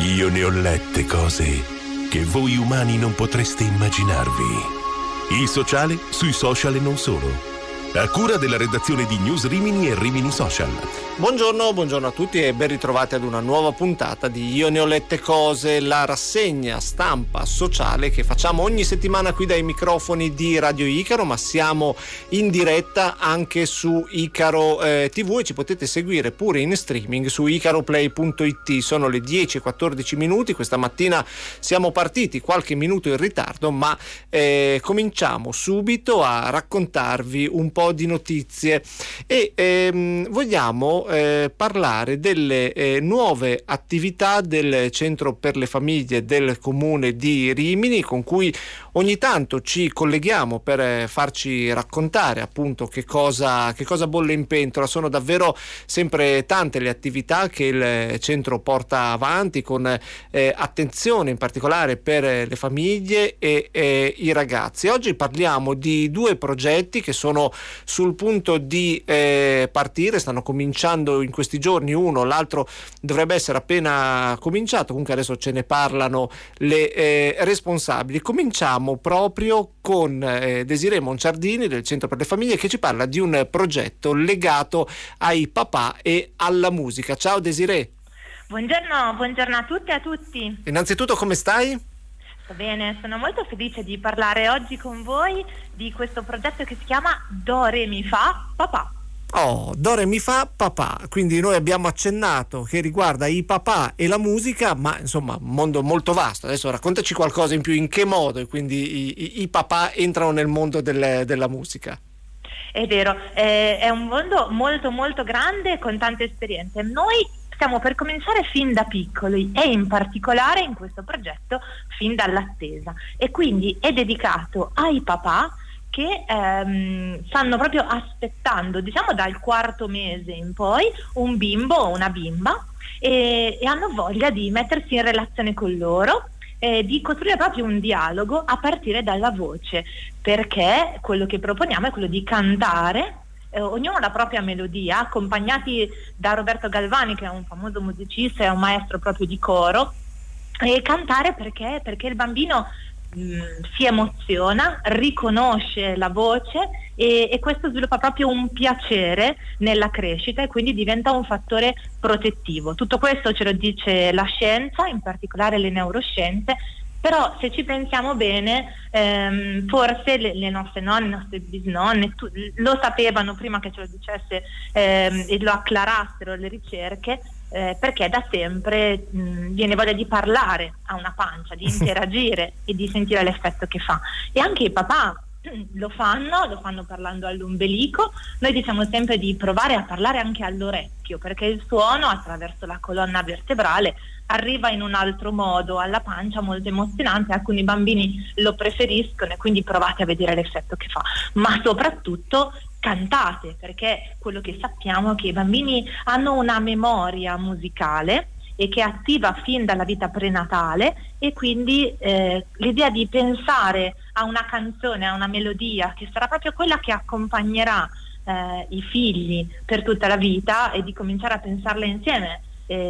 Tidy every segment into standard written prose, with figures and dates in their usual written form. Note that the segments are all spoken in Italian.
Io ne ho lette cose che voi umani non potreste immaginarvi. Il sociale sui social e non solo. A cura della redazione di News Rimini e Rimini Social. Buongiorno a tutti e ben ritrovati ad una nuova puntata di Io ne ho lette cose, la rassegna stampa sociale che facciamo ogni settimana qui dai microfoni di Radio Icaro, ma siamo in diretta anche su Icaro TV e ci potete seguire pure in streaming su icaroplay.it. Sono le 10:14 minuti, questa mattina siamo partiti qualche minuto in ritardo, ma cominciamo subito a raccontarvi un po' di notizie e vogliamo parlare delle nuove attività del Centro per le Famiglie del Comune di Rimini, con cui ogni tanto ci colleghiamo per farci raccontare appunto che cosa bolle in pentola. Sono davvero sempre tante le attività che il centro porta avanti con attenzione in particolare per le famiglie e i ragazzi. Oggi parliamo di due progetti che sono sul punto di partire, stanno cominciando in questi giorni uno, l'altro dovrebbe essere appena cominciato, comunque adesso ce ne parlano le responsabili. Cominciamo proprio con Desirée Monciardini del Centro per le Famiglie, che ci parla di un progetto legato ai papà e alla musica. Ciao Desirée. Buongiorno a tutte e a tutti. Innanzitutto come stai? Sto bene, sono molto felice di parlare oggi con voi di questo progetto che si chiama Do Re Mi Fa Papà. Oh, Do Re Mi Fa Papà, quindi noi abbiamo accennato che riguarda i papà e la musica, ma insomma un mondo molto vasto. Adesso raccontaci qualcosa in più, in che modo quindi i papà entrano nel mondo della musica. È vero, è un mondo molto molto grande con tante esperienze. Noi stiamo per cominciare fin da piccoli e in particolare in questo progetto fin dall'attesa, e quindi è dedicato ai papà che stanno proprio aspettando, diciamo dal quarto mese in poi, un bimbo o una bimba e hanno voglia di mettersi in relazione con loro, di costruire proprio un dialogo a partire dalla voce, perché quello che proponiamo è quello di cantare ognuno la propria melodia, accompagnati da Roberto Galvani, che è un famoso musicista e un maestro proprio di coro, e cantare perché il bambino si emoziona, riconosce la voce e questo sviluppa proprio un piacere nella crescita e quindi diventa un fattore protettivo. Tutto questo ce lo dice la scienza, in particolare le neuroscienze, però se ci pensiamo bene forse le nostre nonne, le nostre bisnonne lo sapevano prima che ce lo dicesse e lo acclarassero le ricerche, perché da sempre viene voglia di parlare a una pancia, di interagire e di sentire l'effetto che fa. E anche i papà lo fanno parlando all'ombelico. Noi diciamo sempre di provare a parlare anche all'orecchio, perché il suono attraverso la colonna vertebrale arriva in un altro modo alla pancia, molto emozionante. Alcuni bambini lo preferiscono e quindi provate a vedere l'effetto che fa, ma soprattutto cantate, perché quello che sappiamo è che i bambini hanno una memoria musicale e che è attiva fin dalla vita prenatale, e quindi l'idea di pensare a una canzone, a una melodia che sarà proprio quella che accompagnerà i figli per tutta la vita, e di cominciare a pensarle insieme,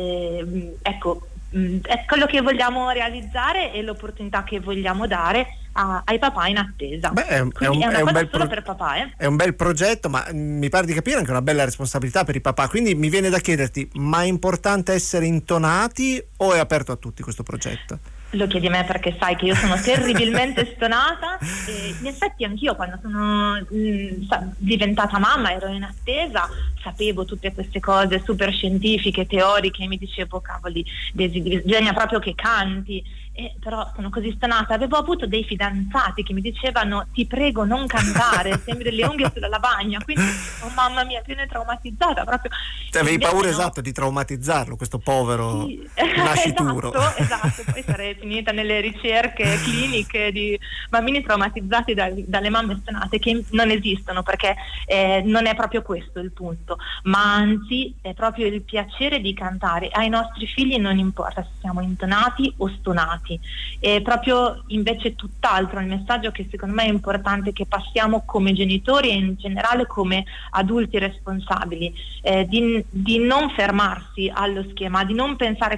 ecco, è quello che vogliamo realizzare e l'opportunità che vogliamo dare ai papà in attesa. Beh, è una cosa solo per papà. È un bel progetto, ma mi pare di capire anche una bella responsabilità per i papà, quindi mi viene da chiederti: ma è importante essere intonati o è aperto a tutti questo progetto? Lo chiedi a me perché sai che io sono terribilmente stonata, e in effetti anch'io quando sono diventata mamma ero in attesa, sapevo tutte queste cose super scientifiche, teoriche, e mi dicevo cavoli, bisogna proprio che canti. Però sono così stonata. Avevo avuto dei fidanzati che mi dicevano: ti prego non cantare, sembri delle unghie sulla lavagna. Quindi oh mamma mia, più ne traumatizzata proprio. Avevi paura, esatto, di traumatizzarlo, questo povero nascituro. Esatto, poi sarei finita nelle ricerche cliniche di bambini traumatizzati dalle mamme stonate, che non esistono, perché non è proprio questo il punto, ma anzi è proprio il piacere di cantare. Ai nostri figli non importa se siamo intonati o stonati, è proprio invece tutt'altro il messaggio che secondo me è importante che passiamo come genitori e in generale come adulti responsabili, di non fermarsi allo schema, di non pensare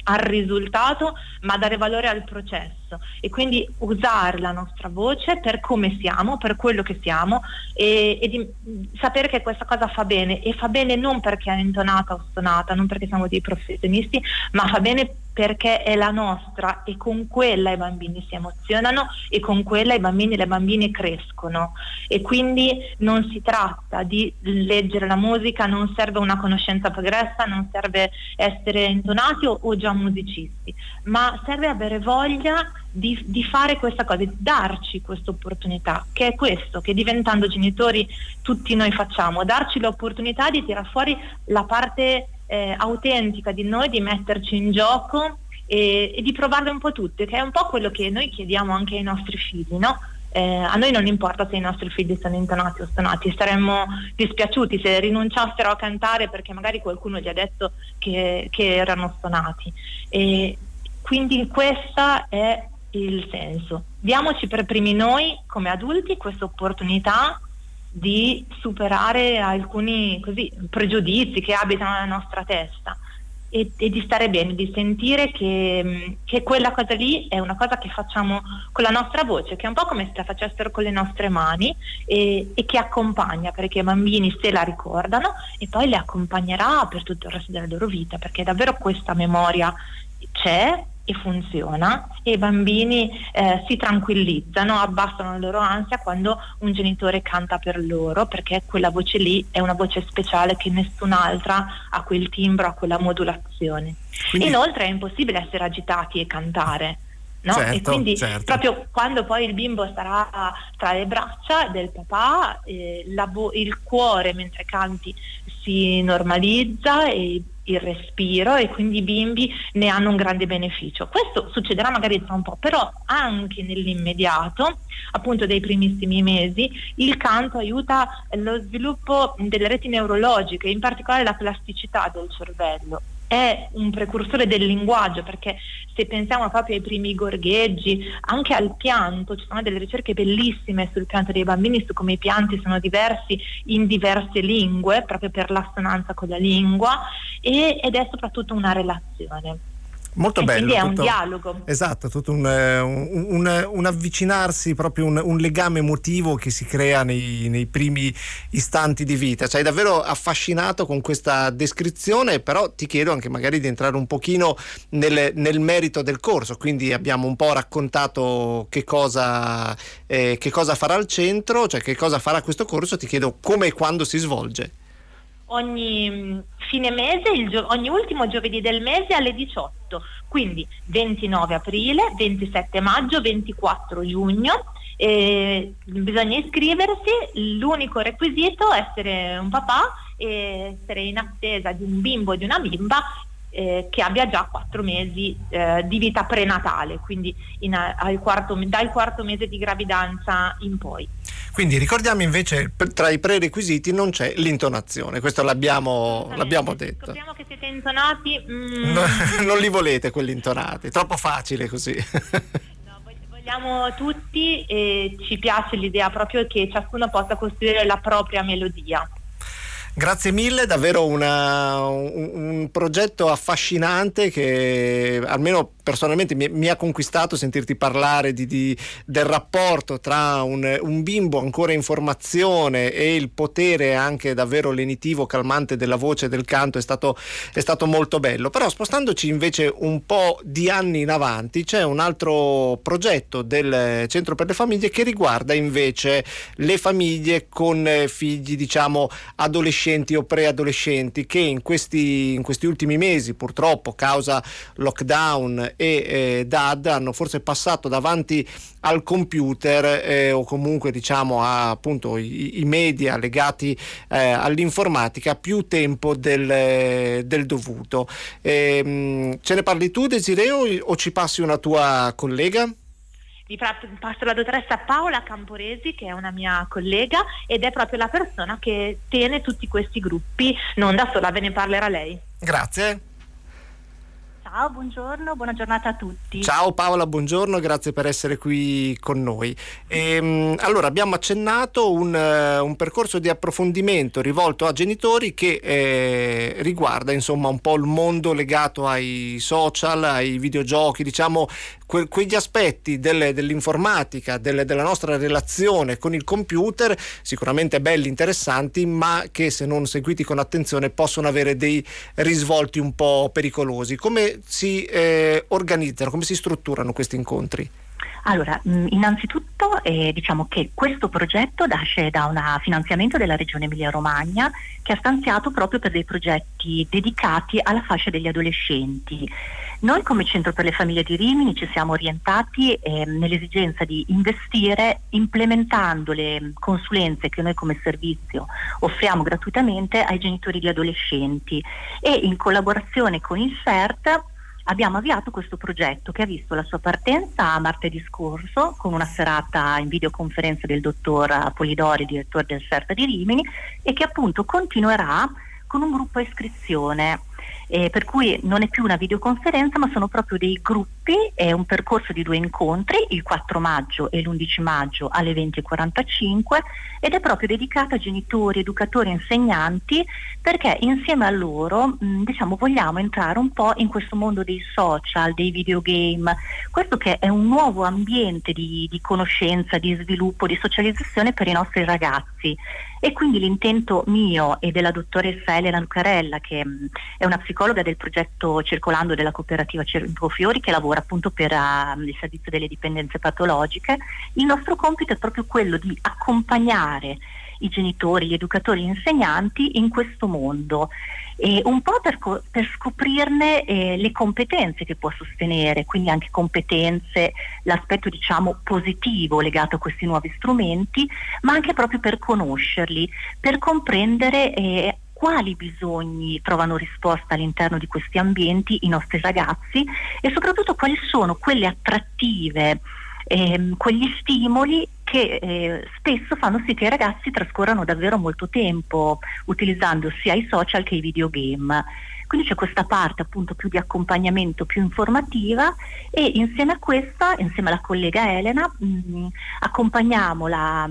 al risultato, ma dare valore al processo, e quindi usare la nostra voce per come siamo, per quello che siamo, e di sapere che questa cosa fa bene, e fa bene non perché è intonata o stonata, non perché siamo dei professionisti, ma fa bene perché è la nostra, e con quella i bambini si emozionano, e con quella i bambini e le bambine crescono. E quindi non si tratta di leggere la musica, non serve una conoscenza pregressa, non serve essere intonati o già musicisti, ma serve avere voglia di fare questa cosa, di darci questa opportunità, che è questo che diventando genitori tutti noi facciamo, darci l'opportunità di tirar fuori la parte autentica di noi, di metterci in gioco e di provarle un po' tutte, che è un po' quello che noi chiediamo anche ai nostri figli, no? A noi non importa se i nostri figli sono intonati o stonati, saremmo dispiaciuti se rinunciassero a cantare perché magari qualcuno gli ha detto che erano stonati, e quindi questa è il senso. Diamoci per primi noi come adulti questa opportunità di superare alcuni pregiudizi che abitano nella nostra testa, e di stare bene, di sentire che quella cosa lì è una cosa che facciamo con la nostra voce, che è un po' come se la facessero con le nostre mani, e che accompagna, perché i bambini se la ricordano e poi le accompagnerà per tutto il resto della loro vita, perché davvero questa memoria c'è e funziona, e i bambini si tranquillizzano, abbassano la loro ansia quando un genitore canta per loro, perché quella voce lì è una voce speciale che nessun'altra ha quel timbro, ha quella modulazione. Quindi... Inoltre è impossibile essere agitati e cantare, no? Certo, e quindi certo. Proprio quando poi il bimbo sarà tra le braccia del papà, il cuore mentre canti si normalizza, e il respiro, e quindi i bimbi ne hanno un grande beneficio. Questo succederà magari tra un po', però anche nell'immediato, appunto dei primissimi mesi, il canto aiuta lo sviluppo delle reti neurologiche, in particolare la plasticità del cervello. È un precursore del linguaggio, perché se pensiamo proprio ai primi gorgheggi, anche al pianto, ci sono delle ricerche bellissime sul pianto dei bambini, su come i pianti sono diversi in diverse lingue, proprio per l'assonanza con la lingua, ed è soprattutto una relazione. Molto bello. Quindi è un dialogo. Esatto, tutto un avvicinarsi, proprio un legame emotivo che si crea nei primi istanti di vita. Ci hai davvero affascinato con questa descrizione, però ti chiedo anche magari di entrare un pochino nel merito del corso. Quindi abbiamo un po' raccontato che cosa farà il centro, cioè che cosa farà questo corso. Ti chiedo come e quando si svolge. Ogni fine mese, ogni ultimo giovedì del mese alle 18, quindi 29 aprile, 27 maggio, 24 giugno. Bisogna iscriversi, l'unico requisito è essere un papà e essere in attesa di un bimbo o di una bimba che abbia già 4 mesi di vita prenatale, quindi dal quarto mese di gravidanza in poi. Quindi ricordiamo invece, tra i prerequisiti non c'è l'intonazione, questo l'abbiamo detto. Scopriamo che siete intonati. Non li volete quelli intonati, troppo facile così. No, vogliamo tutti, e ci piace l'idea proprio che ciascuno possa costruire la propria melodia. Grazie mille, davvero un progetto affascinante che almeno personalmente mi ha conquistato sentirti parlare del rapporto tra un bimbo ancora in formazione e il potere anche davvero lenitivo, calmante della voce e del canto. È stato molto bello. Però spostandoci invece un po' di anni in avanti, c'è un altro progetto del Centro per le Famiglie che riguarda invece le famiglie con figli, diciamo, adolescenti o preadolescenti, che in questi ultimi mesi, purtroppo causa lockdown e DAD, hanno forse passato davanti al computer o comunque diciamo a appunto i media legati all'informatica più tempo del dovuto. Ce ne parli tu, Desiree, o ci passi una tua collega? Vi passo la dottoressa Paola Camporesi, che è una mia collega ed è proprio la persona che tiene tutti questi gruppi, non da sola, ve ne parlerà lei. Grazie. Ciao, buongiorno, buona giornata a tutti. Ciao Paola, buongiorno, grazie per essere qui con noi. Allora, abbiamo accennato un percorso di approfondimento rivolto a genitori che riguarda insomma un po' il mondo legato ai social, ai videogiochi, diciamo quegli aspetti dell'informatica, della nostra relazione con il computer, sicuramente belli, interessanti, ma che se non seguiti con attenzione possono avere dei risvolti un po' pericolosi. Come si organizzano, come si strutturano questi incontri? Allora, innanzitutto diciamo che questo progetto nasce da un finanziamento della Regione Emilia-Romagna che ha stanziato proprio per dei progetti dedicati alla fascia degli adolescenti. Noi come Centro per le Famiglie di Rimini ci siamo orientati nell'esigenza di investire implementando le consulenze che noi come servizio offriamo gratuitamente ai genitori di adolescenti e in collaborazione con il CERT abbiamo avviato questo progetto che ha visto la sua partenza martedì scorso con una serata in videoconferenza del dottor Polidori, direttore del CERT di Rimini, e che appunto continuerà con un gruppo a iscrizione. Per cui non è più una videoconferenza ma sono proprio dei gruppi, è un percorso di 2 incontri, il 4 maggio e l'11 maggio alle 20:45, ed è proprio dedicato a genitori, educatori, insegnanti, perché insieme a loro diciamo vogliamo entrare un po' in questo mondo dei social, dei videogame, questo che è un nuovo ambiente di conoscenza, di sviluppo, di socializzazione per i nostri ragazzi. E quindi l'intento mio e della dottoressa Elena Lucarella, che è una psicologa del progetto Circolando della cooperativa Centro Fiori, che lavora appunto per il servizio delle dipendenze patologiche, il nostro compito è proprio quello di accompagnare i genitori, gli educatori, gli insegnanti in questo mondo, e un po' per scoprirne le competenze che può sostenere, quindi anche competenze, l'aspetto diciamo positivo legato a questi nuovi strumenti, ma anche proprio per conoscerli, per comprendere quali bisogni trovano risposta all'interno di questi ambienti i nostri ragazzi e soprattutto quali sono quelle attrattive, quegli stimoli che spesso fanno sì che i ragazzi trascorrano davvero molto tempo utilizzando sia i social che i videogame. Quindi c'è questa parte appunto più di accompagnamento, più informativa, e insieme a questa, insieme alla collega Elena, accompagniamo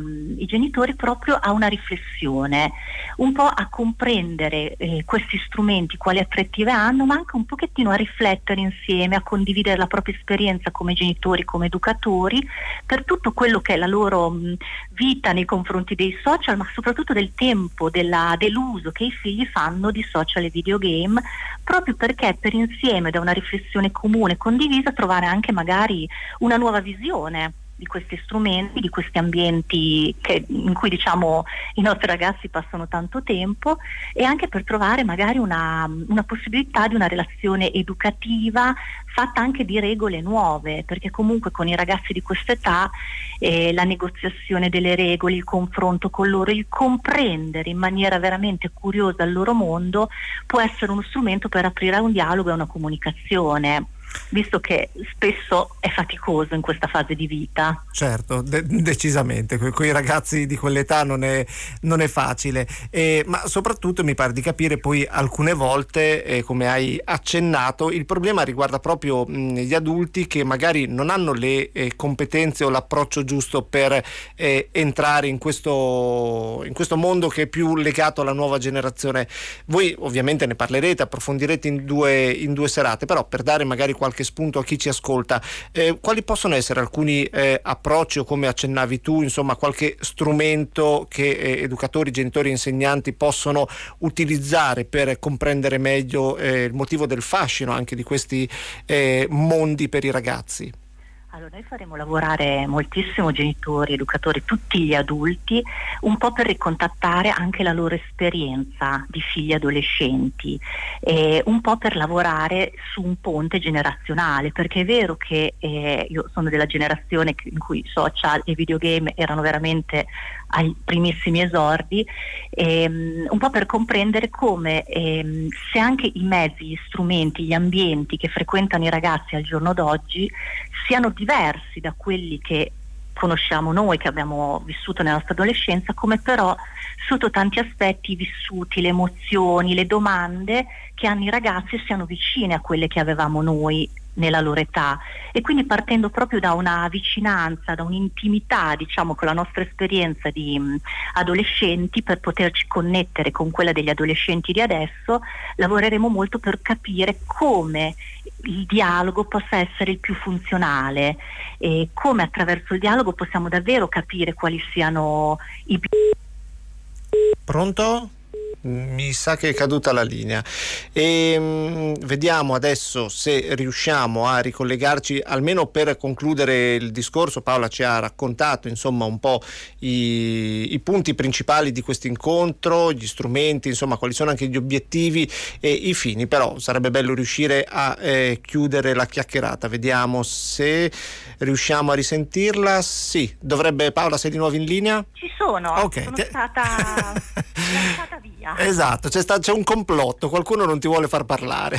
i genitori proprio a una riflessione, un po' a comprendere questi strumenti, quali attrattive hanno, ma anche un pochettino a riflettere insieme, a condividere la propria esperienza come genitori, come educatori, per tutto quello che è la loro vita nei confronti dei social, ma soprattutto del tempo, dell'uso che i figli fanno di social e videogame, proprio perché per insieme, da una riflessione comune condivisa, trovare anche magari una nuova visione di questi strumenti, di questi ambienti in cui diciamo i nostri ragazzi passano tanto tempo, e anche per trovare magari una possibilità di una relazione educativa fatta anche di regole nuove, perché comunque con i ragazzi di questa età la negoziazione delle regole, il confronto con loro, il comprendere in maniera veramente curiosa il loro mondo può essere uno strumento per aprire a un dialogo e a una comunicazione, visto che spesso è faticoso in questa fase di vita. Certo, decisamente, con i ragazzi di quell'età non è facile, ma soprattutto mi pare di capire poi alcune volte, come hai accennato, il problema riguarda proprio gli adulti che magari non hanno le competenze o l'approccio giusto per entrare in questo mondo che è più legato alla nuova generazione. Voi ovviamente ne parlerete, approfondirete in due serate, però per dare magari qualche spunto a chi ci ascolta, quali possono essere alcuni approcci, o come accennavi tu, insomma qualche strumento che educatori, genitori e insegnanti possono utilizzare per comprendere meglio il motivo del fascino anche di questi mondi per i ragazzi? Allora, noi faremo lavorare moltissimo genitori, educatori, tutti gli adulti, un po' per ricontattare anche la loro esperienza di figli adolescenti, un po' per lavorare su un ponte generazionale, perché è vero che io sono della generazione in cui social e videogame erano veramente ai primissimi esordi, un po' per comprendere come se anche i mezzi, gli strumenti, gli ambienti che frequentano i ragazzi al giorno d'oggi siano diversi da quelli che conosciamo noi che abbiamo vissuto nella nostra adolescenza, come però sotto tanti aspetti i vissuti, le emozioni, le domande che hanno i ragazzi siano vicine a quelle che avevamo noi nella loro età, e quindi partendo proprio da una vicinanza, da un'intimità, diciamo, con la nostra esperienza di adolescenti, per poterci connettere con quella degli adolescenti di adesso, lavoreremo molto per capire come il dialogo possa essere il più funzionale e come attraverso il dialogo possiamo davvero capire quali siano i... Pronto? Mi sa che è caduta la linea e vediamo adesso se riusciamo a ricollegarci, almeno per concludere il discorso. Paola ci ha raccontato insomma un po' i punti principali di questo incontro, gli strumenti, insomma quali sono anche gli obiettivi e i fini, però sarebbe bello riuscire a chiudere la chiacchierata. Vediamo se riusciamo a risentirla. Sì, dovrebbe. Paola, sei di nuovo in linea? Ci sono, okay. Sono stata via. Esatto, c'è un complotto, qualcuno non ti vuole far parlare.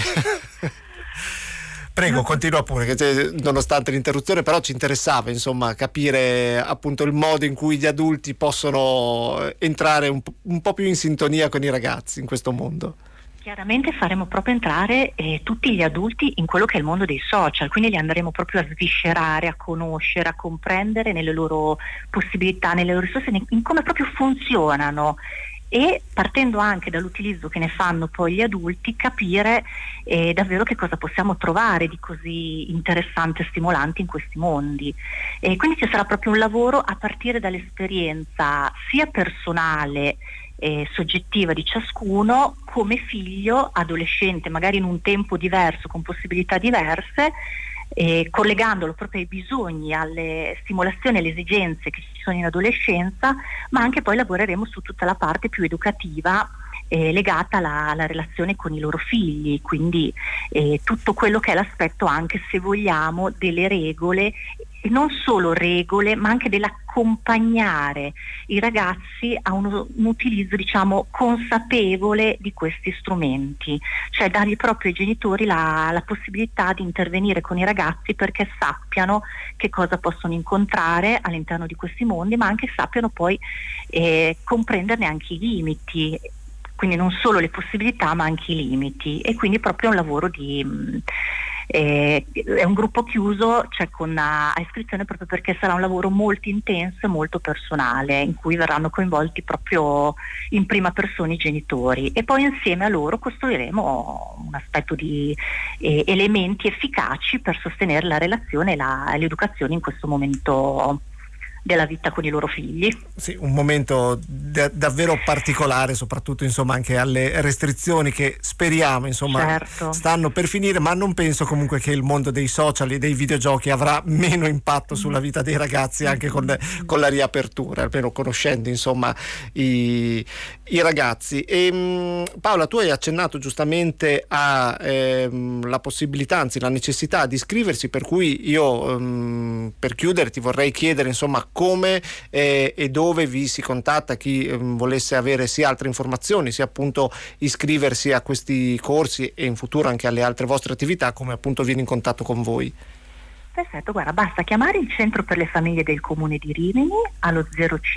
Prego, continua pure, che nonostante l'interruzione, però ci interessava insomma capire appunto il modo in cui gli adulti possono entrare un po' più in sintonia con i ragazzi in questo mondo. Chiaramente faremo proprio entrare tutti gli adulti in quello che è il mondo dei social, quindi li andremo proprio a sviscerare, a conoscere, a comprendere nelle loro possibilità, nelle loro risorse, in come proprio funzionano, e partendo anche dall'utilizzo che ne fanno poi gli adulti, capire davvero che cosa possiamo trovare di così interessante e stimolante in questi mondi. E quindi ci sarà proprio un lavoro a partire dall'esperienza sia personale soggettiva di ciascuno, come figlio, adolescente, magari in un tempo diverso, con possibilità diverse, collegandolo proprio ai bisogni, alle stimolazioni, alle esigenze che ci sono in adolescenza, ma anche poi lavoreremo su tutta la parte più educativa legata alla relazione con i loro figli, quindi tutto quello che è l'aspetto anche, se vogliamo, delle regole, e non solo regole, ma anche dell'accompagnare i ragazzi a un utilizzo, diciamo, consapevole di questi strumenti, cioè dargli proprio ai genitori la possibilità di intervenire con i ragazzi perché sappiano che cosa possono incontrare all'interno di questi mondi, ma anche sappiano poi comprenderne anche i limiti, quindi non solo le possibilità ma anche i limiti. E quindi proprio un lavoro è un gruppo chiuso, cioè a iscrizione, proprio perché sarà un lavoro molto intenso e molto personale, in cui verranno coinvolti proprio in prima persona i genitori, e poi insieme a loro costruiremo un aspetto di elementi efficaci per sostenere la relazione e l'educazione in questo momento della vita con i loro figli. Sì, un momento davvero particolare, soprattutto insomma anche alle restrizioni che speriamo insomma certo stanno per finire, ma non penso comunque che il mondo dei social e dei videogiochi avrà meno impatto sulla vita dei ragazzi anche con la riapertura, almeno conoscendo insomma i ragazzi. E Paola, tu hai accennato giustamente a la possibilità, anzi la necessità di iscriversi, per cui io per chiudere ti vorrei chiedere insomma come e dove vi si contatta chi volesse avere sia altre informazioni, sia appunto iscriversi a questi corsi e in futuro anche alle altre vostre attività, come appunto viene in contatto con voi. Perfetto, guarda, basta chiamare il Centro per le Famiglie del Comune di Rimini allo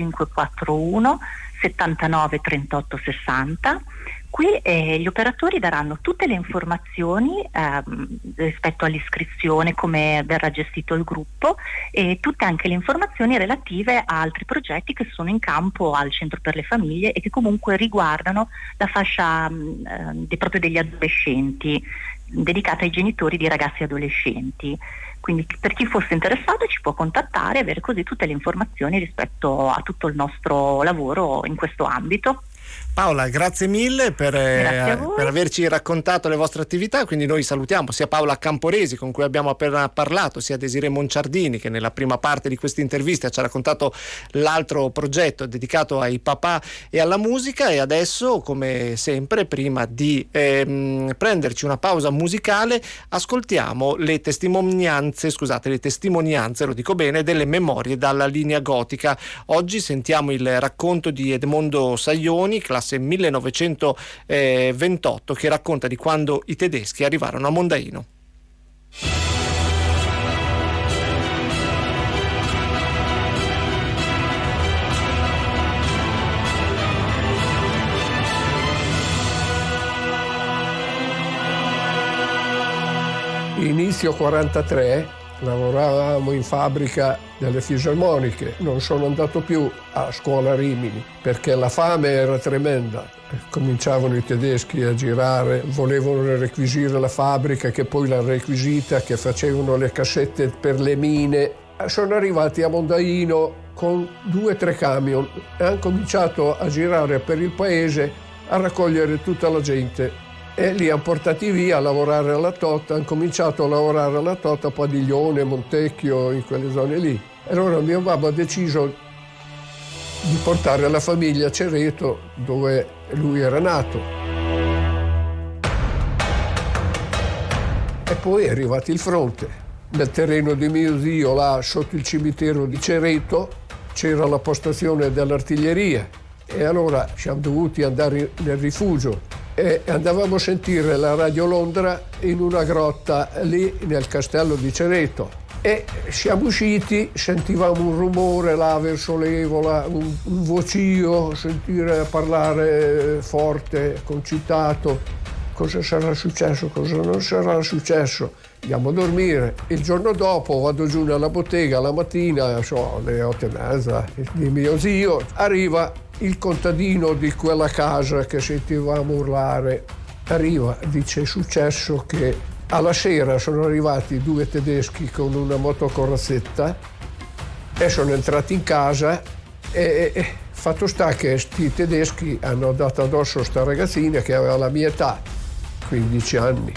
0541 79 38 60. Qui gli operatori daranno tutte le informazioni rispetto all'iscrizione, come verrà gestito il gruppo, e tutte anche le informazioni relative a altri progetti che sono in campo al Centro per le Famiglie e che comunque riguardano la fascia proprio degli adolescenti, dedicata ai genitori di ragazzi adolescenti. Quindi per chi fosse interessato ci può contattare e avere così tutte le informazioni rispetto a tutto il nostro lavoro in questo ambito. Paola, grazie mille per averci raccontato le vostre attività. Quindi noi salutiamo sia Paola Camporesi, con cui abbiamo appena parlato, sia Desiree Monciardini, che nella prima parte di questa intervista ci ha raccontato l'altro progetto dedicato ai papà e alla musica. E adesso, come sempre, prima di prenderci una pausa musicale, ascoltiamo le testimonianze, lo dico bene, delle memorie dalla linea gotica. Oggi sentiamo il racconto di Edmondo Saioni, classe 1928, che racconta di quando i tedeschi arrivarono a Mondaino. Inizio 43 lavoravamo in fabbrica delle fisarmoniche, non sono andato più a scuola a Rimini perché la fame era tremenda. Cominciavano i tedeschi a girare, volevano requisire la fabbrica, che poi l'ha requisita, che facevano le cassette per le mine. Sono arrivati a Mondaino con 2 o 3 camion e hanno cominciato a girare per il paese a raccogliere tutta la gente. E li hanno portati via a lavorare alla Tota, hanno cominciato a lavorare alla Tota, a Padiglione, Montecchio, in quelle zone lì. E allora mio babbo ha deciso di portare la famiglia a Cereto, dove lui era nato. E poi è arrivato il fronte. Nel terreno di mio zio, là sotto il cimitero di Cereto, c'era la postazione dell'artiglieria. E allora siamo dovuti andare nel rifugio. E andavamo a sentire la Radio Londra in una grotta lì nel castello di Cereto. E siamo usciti, sentivamo un rumore là verso l'Evola, un vocio, sentire parlare forte, concitato. Cosa sarà successo, cosa non sarà successo? Andiamo a dormire. Il giorno dopo vado giù nella bottega la mattina, alle 8:30 di mio zio, arriva il contadino di quella casa che sentivamo urlare. Arriva, dice: è successo che alla sera sono arrivati 2 tedeschi con una motocorazzetta e sono entrati in casa e fatto sta che sti tedeschi hanno dato addosso sta ragazzina che aveva la mia età, 15 anni,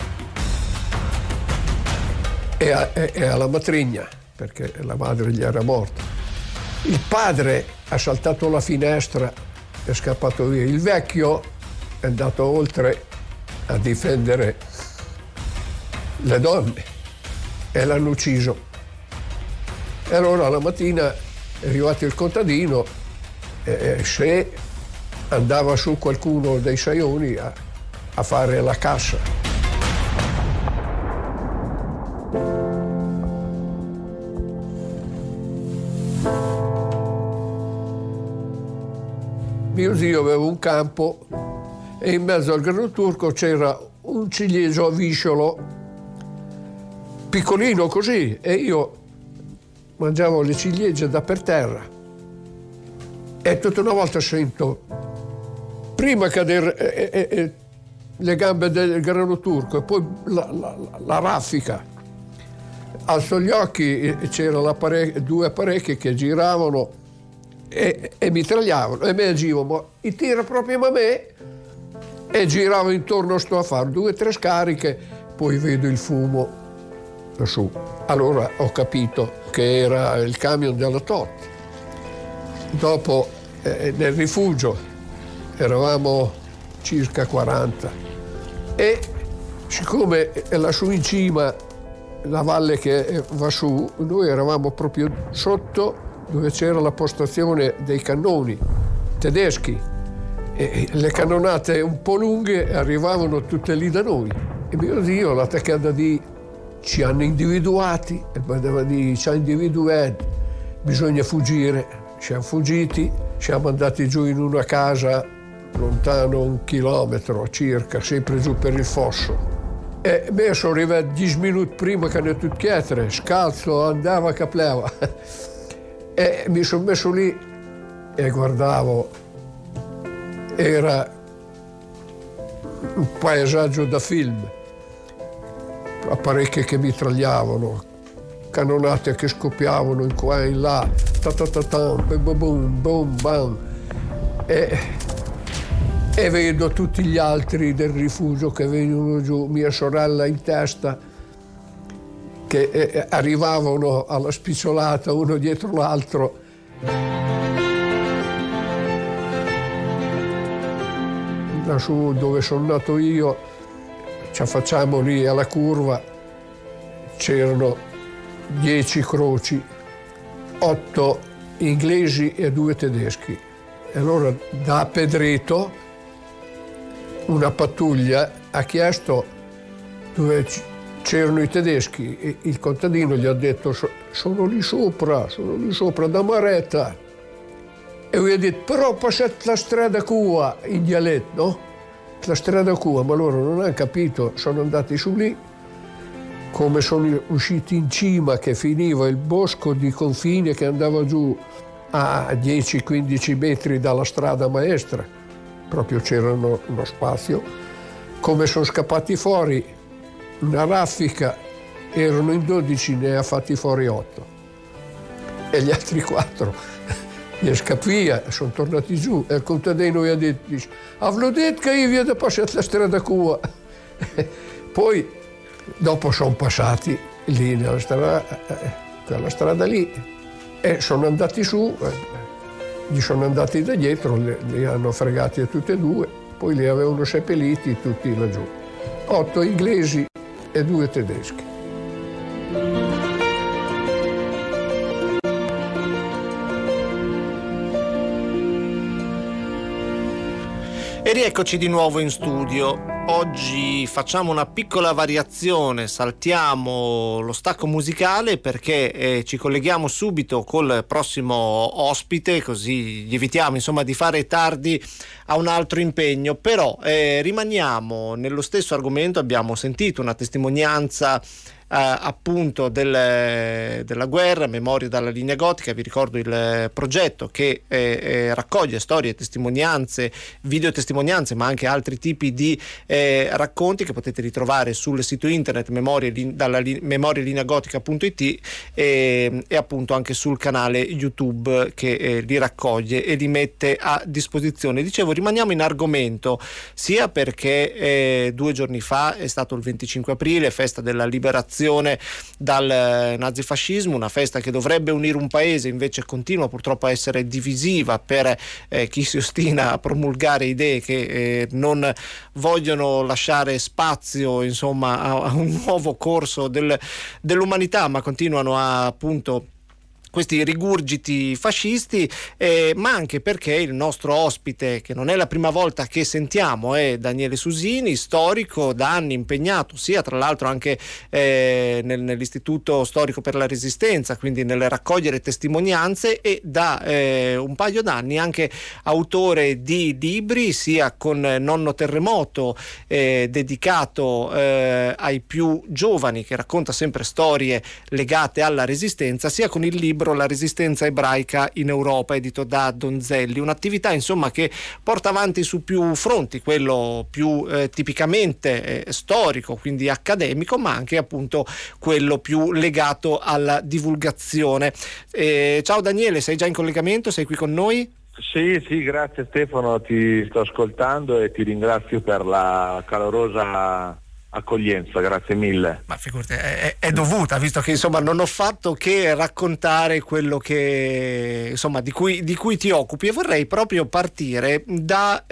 e alla matrigna, perché la madre gli era morta. Il padre ha saltato la finestra, è scappato via. Il vecchio è andato oltre a difendere le donne e l'hanno ucciso. E allora la mattina è arrivato il contadino e se andava su qualcuno dei saioni a fare la cassa. Mio zio aveva un campo e in mezzo al grano turco c'era un ciliegio a visciolo piccolino così, e io mangiavo le ciliegie da per terra e tutta una volta sento prima cadere le gambe del grano turco e poi la raffica. Alzo gli occhi e c'era 2 apparecchi che giravano e mitragliavano e me agivano, ma i tira proprio a me, e giravo intorno, sto a fare 2 o 3 scariche, poi vedo il fumo lassù. Allora ho capito che era il camion della Tota. Dopo nel rifugio eravamo circa 40 e siccome è lassù in cima la valle che va su, noi eravamo proprio sotto dove c'era la postazione dei cannoni tedeschi, e le cannonate un po' lunghe arrivavano tutte lì da noi. E mio zio la taccata di ci hanno individuati, e mandava di ci ha individuati, bisogna fuggire. Siamo fuggiti, siamo andati giù in una casa lontano 1 chilometro circa, sempre giù per il fosso. E me sono arrivato 10 minuti prima che ne tutti chiedere, scalzo, andava, capleva. E mi sono messo lì e guardavo, era un paesaggio da film, apparecchi che mitragliavano, cannonate che scoppiavano in qua e in là, boom, boom, bam. E vedo tutti gli altri del rifugio che venivano giù, mia sorella in testa, che arrivavano alla spicciolata uno dietro l'altro. Lassù dove sono nato io, ci affacciamo lì alla curva, c'erano 10 croci, 8 inglesi e 2 tedeschi. E allora da Pedreto una pattuglia ha chiesto dove c'erano i tedeschi, e il contadino gli ha detto sono lì sopra da Maretta. E lui ha detto però passate la strada Cua, in dialetto, no? La strada Cua, ma loro non hanno capito, sono andati su lì come sono usciti in cima, che finiva il bosco di confine che andava giù a 10-15 metri dalla strada maestra, proprio c'erano uno spazio, come sono scappati fuori una raffica, erano in 12, ne ha fatti fuori 8 e gli altri 4 gli scappia, sono tornati giù e il contadino gli ha detto: "Avlo detto che io vado a passare la strada qua". Poi dopo sono passati lì nella strada, quella strada lì, e sono andati su, gli sono andati da dietro, li hanno fregati a tutti e due, poi li avevano seppelliti tutti laggiù. 8 inglesi e 2 tedeschi. E rieccoci di nuovo in studio. Oggi facciamo una piccola variazione, saltiamo lo stacco musicale perché ci colleghiamo subito col prossimo ospite, così gli evitiamo insomma di fare tardi a un altro impegno, però rimaniamo nello stesso argomento. Abbiamo sentito una testimonianza appunto della guerra, Memorie dalla linea gotica. Vi ricordo il progetto che raccoglie storie, testimonianze, videotestimonianze, ma anche altri tipi di racconti che potete ritrovare sul sito internet memorielineagotica.it e appunto anche sul canale YouTube che li raccoglie e li mette a disposizione. Dicevo, rimaniamo in argomento sia perché 2 giorni fa è stato il 25 aprile, festa della liberazione dal nazifascismo, una festa che dovrebbe unire un paese, invece continua purtroppo a essere divisiva per chi si ostina a promulgare idee che non vogliono lasciare spazio insomma a un nuovo corso dell'umanità, ma continuano a appunto questi rigurgiti fascisti, ma anche perché il nostro ospite, che non è la prima volta che sentiamo, è Daniele Susini, storico da anni impegnato sia tra l'altro anche nell'Istituto Storico per la Resistenza, quindi nel raccogliere testimonianze, e da un paio d'anni anche autore di libri, sia con Nonno Terremoto dedicato ai più giovani, che racconta sempre storie legate alla Resistenza, sia con il libro La Resistenza ebraica in Europa, edito da Donzelli. Un'attività insomma che porta avanti su più fronti, quello più tipicamente storico, quindi accademico, ma anche appunto quello più legato alla divulgazione. Ciao Daniele, sei già in collegamento? Sei qui con noi? Sì, grazie Stefano, ti sto ascoltando e ti ringrazio per la calorosa accoglienza, grazie mille. Ma figurati, è dovuta, visto che insomma non ho fatto che raccontare quello che insomma di cui ti occupi, e vorrei proprio partire da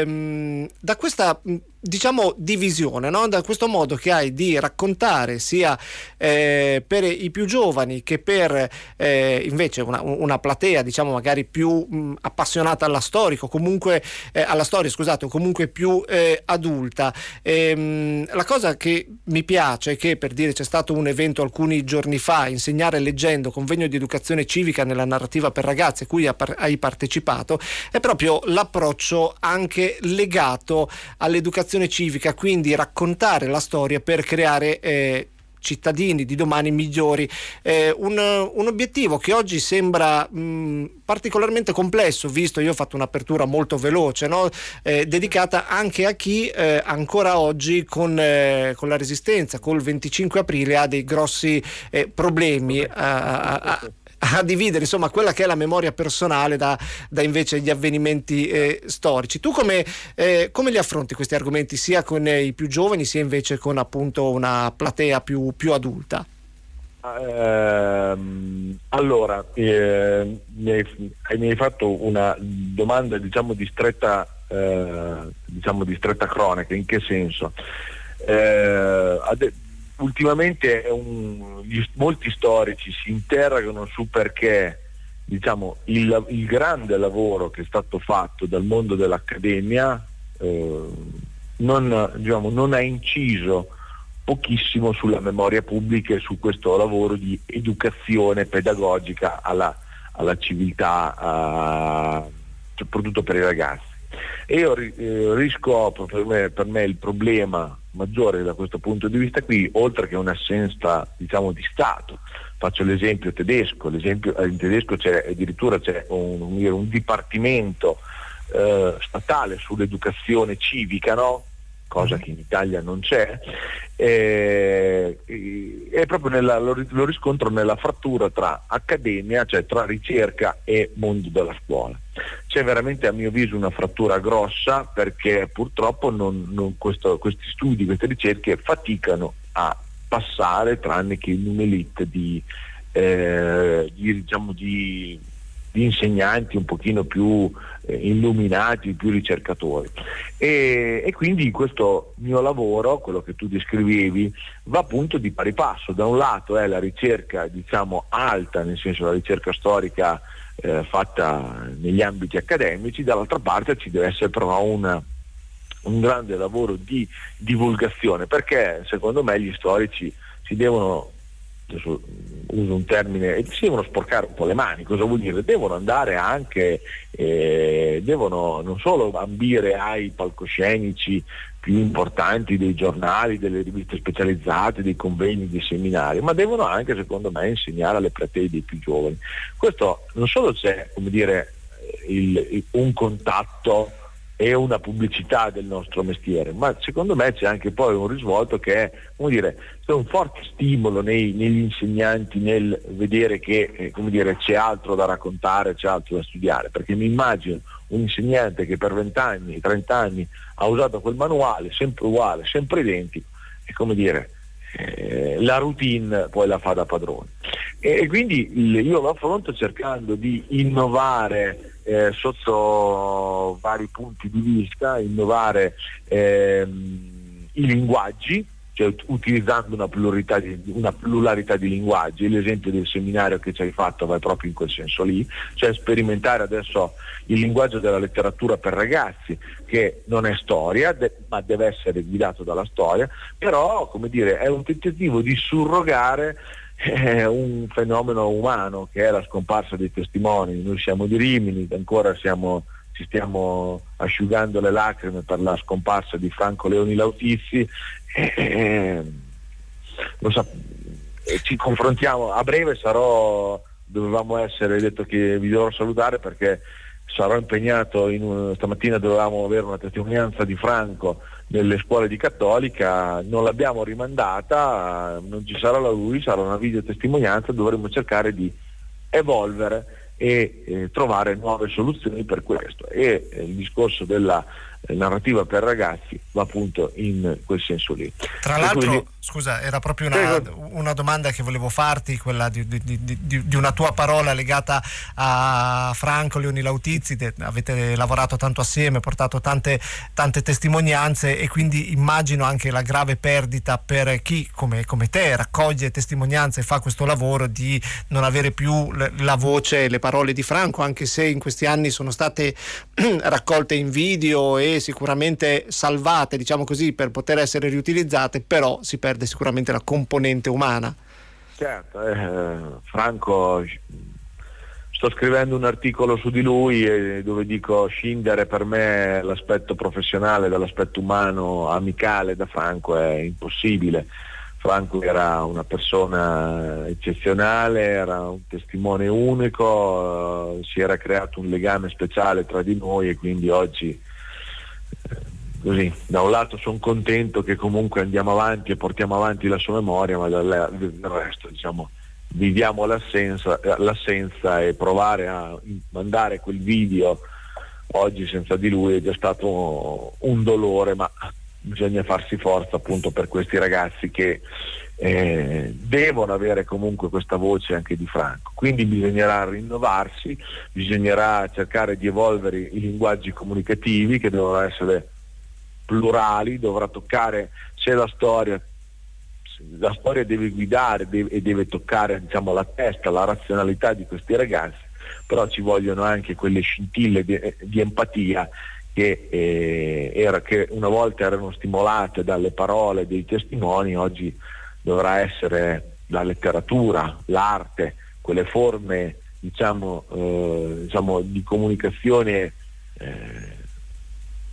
questa diciamo divisione, no? Da questo modo che hai di raccontare sia per i più giovani che per invece una platea diciamo magari più appassionata alla storia, comunque o comunque più adulta. La cosa che mi piace è che, per dire, c'è stato un evento alcuni giorni fa, Insegnare leggendo, convegno di educazione civica nella narrativa per ragazzi, a cui hai partecipato, è proprio l'approccio anche legato all'educazione civica, quindi raccontare la storia per creare cittadini di domani migliori, un obiettivo che oggi sembra particolarmente complesso, visto, io ho fatto un'apertura molto veloce, no? Dedicata anche a chi ancora oggi con la Resistenza, col 25 aprile ha dei grossi problemi a dividere insomma quella che è la memoria personale da invece gli avvenimenti storici. Tu come li affronti questi argomenti, sia con i più giovani sia invece con appunto una platea più adulta? Allora, mi hai fatto una domanda diciamo di stretta cronaca. In che senso? Ultimamente molti storici si interrogano su perché diciamo il grande lavoro che è stato fatto dal mondo dell'accademia non ha inciso pochissimo sulla memoria pubblica e su questo lavoro di educazione pedagogica alla civiltà, soprattutto per i ragazzi. E io riscopro per me il problema maggiore da questo punto di vista qui, oltre che un'assenza diciamo di Stato. Faccio l'esempio tedesco, in tedesco addirittura c'è un dipartimento statale sull'educazione civica, no? Cosa che in Italia non c'è, è proprio lo riscontro nella frattura tra accademia, cioè tra ricerca e mondo della scuola. C'è veramente, a mio avviso, una frattura grossa, perché purtroppo questi studi, queste ricerche faticano a passare, tranne che in un'elite di insegnanti un pochino più illuminati, più ricercatori, e quindi in questo mio lavoro, quello che tu descrivevi, va appunto di pari passo. Da un lato è la ricerca diciamo alta, nel senso la ricerca storica fatta negli ambiti accademici, dall'altra parte ci deve essere però un grande lavoro di divulgazione, perché secondo me gli storici si devono, adesso uso un termine, si devono sporcare un po' le mani. Cosa vuol dire? Devono andare anche, devono non solo ambire ai palcoscenici più importanti dei giornali, delle riviste specializzate, dei convegni, dei seminari, ma devono anche, secondo me, insegnare alle platee dei più giovani. Questo non solo c'è, come dire, un contatto e una pubblicità del nostro mestiere, ma secondo me c'è anche poi un risvolto che è, come dire, c'è un forte stimolo negli insegnanti nel vedere che come dire, c'è altro da raccontare, c'è altro da studiare, perché mi immagino un insegnante che per 20 anni, 30 anni ha usato quel manuale, sempre uguale, sempre identico, e come dire, la routine poi la fa da padrone. E quindi io lo affronto cercando di innovare sotto vari punti di vista, innovare i linguaggi, cioè utilizzando una pluralità di linguaggi. L'esempio del seminario che ci hai fatto va proprio in quel senso lì, cioè sperimentare adesso il linguaggio della letteratura per ragazzi, che non è storia, ma deve essere guidato dalla storia, però come dire è un tentativo di surrogare un fenomeno umano che è la scomparsa dei testimoni. Noi siamo di Rimini, ancora ci stiamo asciugando le lacrime per la scomparsa di Franco Leoni Lautizi, ci confrontiamo. A breve dovevamo essere, detto che vi devo salutare perché sarò impegnato stamattina dovevamo avere una testimonianza di Franco nelle scuole di Cattolica, non l'abbiamo rimandata, non ci sarà lui, sarà una videotestimonianza, dovremo cercare di evolvere e trovare nuove soluzioni per questo, e il discorso della narrativa per ragazzi va appunto in quel senso lì. Tra l'altro, scusa, era proprio una domanda che volevo farti, quella di una tua parola legata a Franco Leoni Lautizi. Avete lavorato tanto assieme, portato tante testimonianze, e quindi immagino anche la grave perdita per chi come te raccoglie testimonianze e fa questo lavoro, di non avere più la voce e le parole di Franco, anche se in questi anni sono state raccolte in video e sicuramente salvate, diciamo così, per poter essere riutilizzate, però si perde sicuramente la componente umana. Certo, Franco, sto scrivendo un articolo su di lui dove dico scindere per me l'aspetto professionale dall'aspetto umano, amicale, da Franco è impossibile. Franco era una persona eccezionale, era un testimone unico, si era creato un legame speciale tra di noi, e quindi oggi così, da un lato sono contento che comunque andiamo avanti e portiamo avanti la sua memoria, ma del resto diciamo viviamo l'assenza, e provare a mandare quel video oggi senza di lui è già stato un dolore, ma bisogna farsi forza appunto per questi ragazzi che devono avere comunque questa voce anche di Franco. Quindi bisognerà rinnovarsi, bisognerà cercare di evolvere i linguaggi comunicativi, che devono essere plurali, dovrà toccare, se la storia deve guidare e deve toccare, diciamo, la testa, la razionalità di questi ragazzi, però ci vogliono anche quelle scintille di empatia che una volta erano stimolate dalle parole dei testimoni. Oggi dovrà essere la letteratura, l'arte, quelle forme diciamo di comunicazione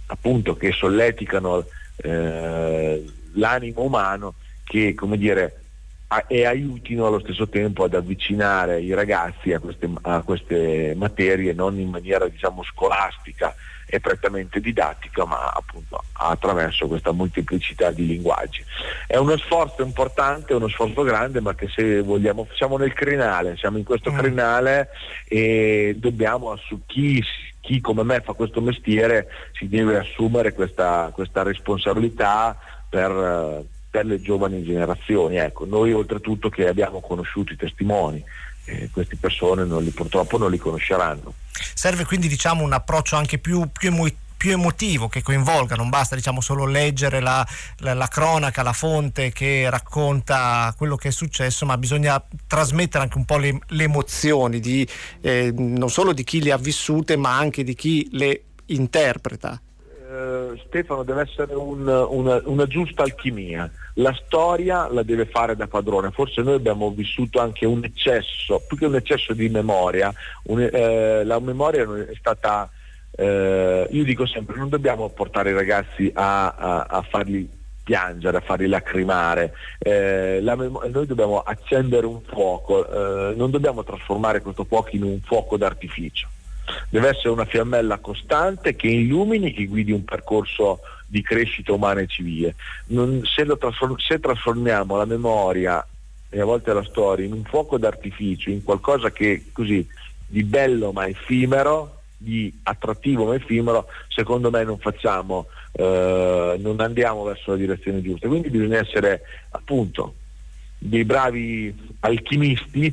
appunto che solleticano l'animo umano, che come dire e aiutino allo stesso tempo ad avvicinare i ragazzi a queste materie, non in maniera diciamo scolastica e prettamente didattica, ma appunto attraverso questa molteplicità di linguaggi. È uno sforzo importante, uno sforzo grande, ma che se vogliamo siamo nel crinale, siamo in questo crinale e dobbiamo, chi come me fa questo mestiere si deve assumere questa responsabilità per le giovani generazioni. Ecco, noi oltretutto che abbiamo conosciuto i testimoni, queste persone purtroppo non li conosceranno. Serve quindi diciamo un approccio anche più emotivo, che coinvolga, non basta diciamo solo leggere la cronaca, la fonte che racconta quello che è successo, ma bisogna trasmettere anche un po' le emozioni non solo di chi le ha vissute, ma anche di chi le interpreta. Stefano, deve essere una giusta alchimia. La storia la deve fare da padrone. Forse noi abbiamo vissuto anche un eccesso, più che un eccesso di memoria. La memoria è stata, io dico sempre, non dobbiamo portare i ragazzi a farli piangere, a farli lacrimare. Noi dobbiamo accendere un fuoco, non dobbiamo trasformare questo fuoco in un fuoco d'artificio. Deve essere una fiammella costante che illumini, che guidi un percorso di crescita umana e civile. Se trasformiamo la memoria e a volte la storia in un fuoco d'artificio, in qualcosa che così di bello ma effimero, di attrattivo ma effimero, secondo me non andiamo verso la direzione giusta. Quindi bisogna essere appunto dei bravi alchimisti,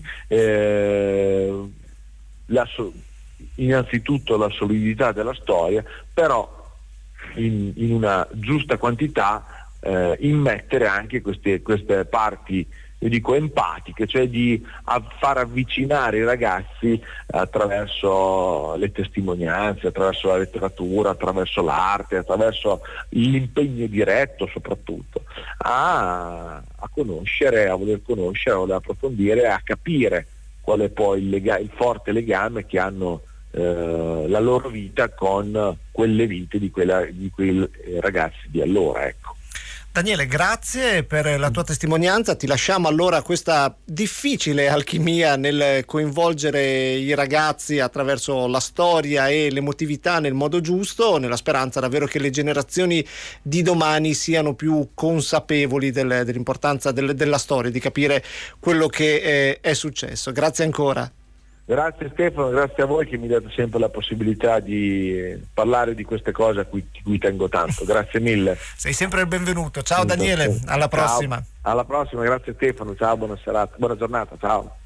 innanzitutto la solidità della storia, però in una giusta quantità immettere anche queste parti, io dico empatiche, cioè di far avvicinare i ragazzi attraverso le testimonianze, attraverso la letteratura, attraverso l'arte, attraverso l'impegno diretto soprattutto, a conoscere, a voler conoscere, a voler approfondire, a capire qual è poi il forte legame che hanno la loro vita con quelle vite di quei ragazzi di allora, ecco. Daniele, grazie per la tua testimonianza. Ti lasciamo allora questa difficile alchimia nel coinvolgere i ragazzi attraverso la storia e l'emotività nel modo giusto, nella speranza davvero che le generazioni di domani siano più consapevoli dell'importanza della storia, di capire quello che è successo. Grazie ancora. Grazie Stefano, grazie a voi che mi date sempre la possibilità di parlare di queste cose a cui tengo tanto. Grazie mille. Sei sempre il benvenuto. Ciao Daniele, alla prossima. Ciao. Alla prossima, grazie Stefano, ciao, buona serata, buona giornata, ciao.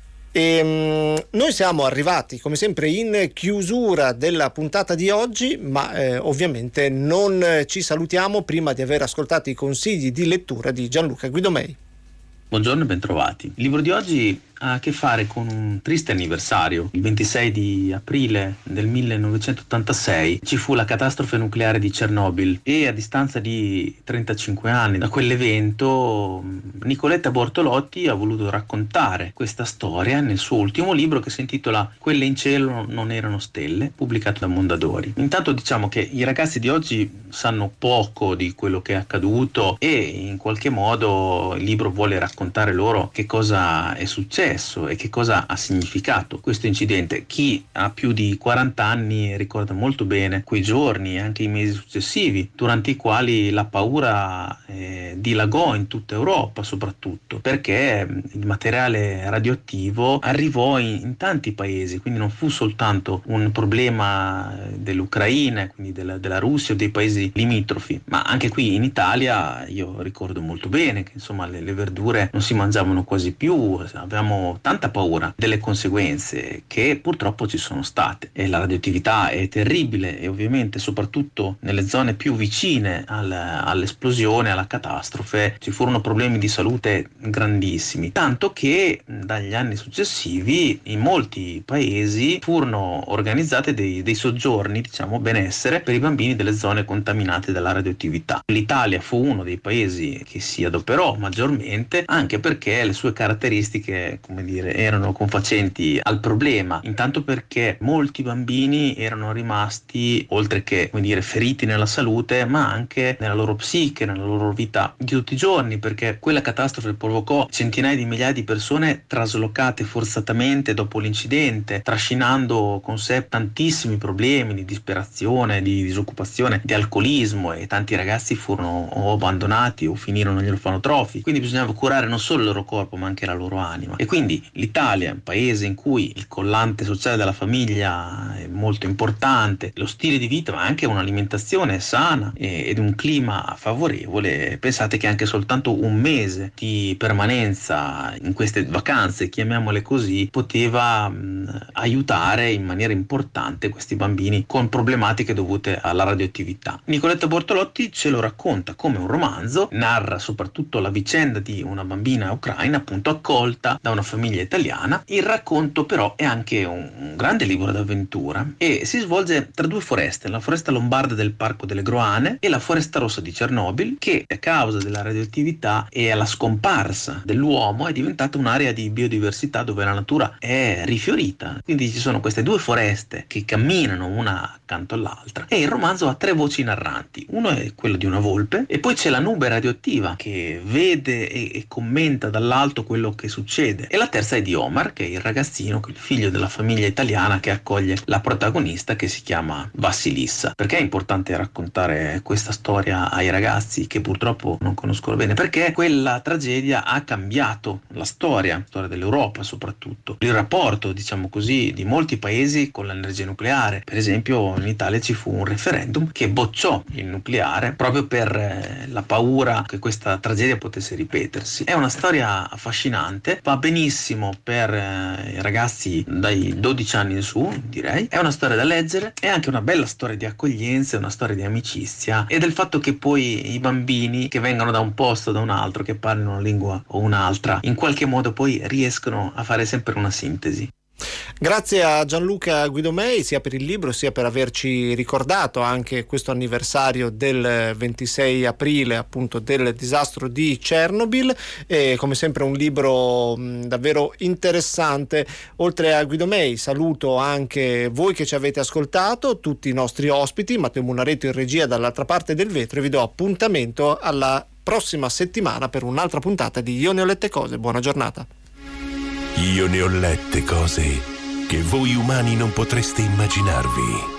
Noi siamo arrivati come sempre in chiusura della puntata di oggi, ma ovviamente non ci salutiamo prima di aver ascoltato i consigli di lettura di Gianluca Guidomei. Buongiorno e bentrovati. Il libro di oggi ha a che fare con un triste anniversario. Il 26 di aprile del 1986 ci fu la catastrofe nucleare di Chernobyl e a distanza di 35 anni da quell'evento Nicoletta Bortolotti ha voluto raccontare questa storia nel suo ultimo libro che si intitola Quelle in cielo non erano stelle, pubblicato da Mondadori. Intanto diciamo che i ragazzi di oggi sanno poco di quello che è accaduto e in qualche modo il libro vuole raccontare loro che cosa è successo e che cosa ha significato questo incidente. Chi ha più di 40 anni ricorda molto bene quei giorni e anche i mesi successivi, durante i quali la paura dilagò in tutta Europa, soprattutto perché il materiale radioattivo arrivò in tanti paesi, quindi non fu soltanto un problema dell'Ucraina, quindi della Russia o dei paesi limitrofi, ma anche qui in Italia io ricordo molto bene che insomma le verdure non si mangiavano quasi più, avevamo tanta paura delle conseguenze che purtroppo ci sono state e la radioattività è terribile e ovviamente soprattutto nelle zone più vicine all'esplosione, alla catastrofe ci furono problemi di salute grandissimi, tanto che dagli anni successivi in molti paesi furono organizzate dei soggiorni, diciamo benessere, per i bambini delle zone contaminate dalla radioattività. L'Italia fu uno dei paesi che si adoperò maggiormente anche perché le sue caratteristiche erano confacenti al problema, intanto perché molti bambini erano rimasti, oltre che feriti nella salute, ma anche nella loro psiche, nella loro vita di tutti i giorni, perché quella catastrofe provocò centinaia di migliaia di persone traslocate forzatamente dopo l'incidente, trascinando con sé tantissimi problemi di disperazione, di disoccupazione, di alcolismo, e tanti ragazzi furono o abbandonati o finirono negli orfanotrofi. Quindi bisognava curare non solo il loro corpo ma anche la loro anima. E quindi l'Italia è un paese in cui il collante sociale della famiglia è molto importante, lo stile di vita ma anche un'alimentazione sana ed un clima favorevole. Pensate che anche soltanto un mese di permanenza in queste vacanze, chiamiamole così, poteva aiutare in maniera importante questi bambini con problematiche dovute alla radioattività. Nicoletta Bortolotti ce lo racconta come un romanzo, narra soprattutto la vicenda di una bambina ucraina appunto accolta da una famiglia italiana. Il racconto però è anche un grande libro d'avventura e si svolge tra due foreste, la foresta lombarda del Parco delle Groane e la foresta rossa di Chernobyl, che a causa della radioattività e alla scomparsa dell'uomo è diventata un'area di biodiversità dove la natura è rifiorita. Quindi ci sono queste due foreste che camminano una accanto all'altra e il romanzo ha tre voci narranti. Uno è quello di una volpe e poi c'è la nube radioattiva che vede e commenta dall'alto quello che succede, e la terza è di Omar, che è il ragazzino, il figlio della famiglia italiana che accoglie la protagonista, che si chiama Vassilissa. Perché è importante raccontare questa storia ai ragazzi che purtroppo non conoscono bene? Perché quella tragedia ha cambiato la storia dell'Europa, soprattutto il rapporto, diciamo così, di molti paesi con l'energia nucleare. Per esempio in Italia ci fu un referendum che bocciò il nucleare proprio per la paura che questa tragedia potesse ripetersi. È una storia affascinante, va benissimo per i ragazzi dai 12 anni in su, direi. È una storia da leggere, è anche una bella storia di accoglienza, una storia di amicizia e del fatto che poi i bambini che vengono da un posto o da un altro, che parlino una lingua o un'altra, in qualche modo poi riescono a fare sempre una sintesi. Grazie a Gianluca Guidomei sia per il libro sia per averci ricordato anche questo anniversario del 26 aprile appunto del disastro di Chernobyl, e come sempre un libro davvero interessante. Oltre a Guidomei saluto anche voi che ci avete ascoltato, tutti i nostri ospiti, Matteo Munaretto in regia dall'altra parte del vetro, e vi do appuntamento alla prossima settimana per un'altra puntata di Io ne ho lette cose. Buona giornata. Io ne ho lette cose che voi umani non potreste immaginarvi.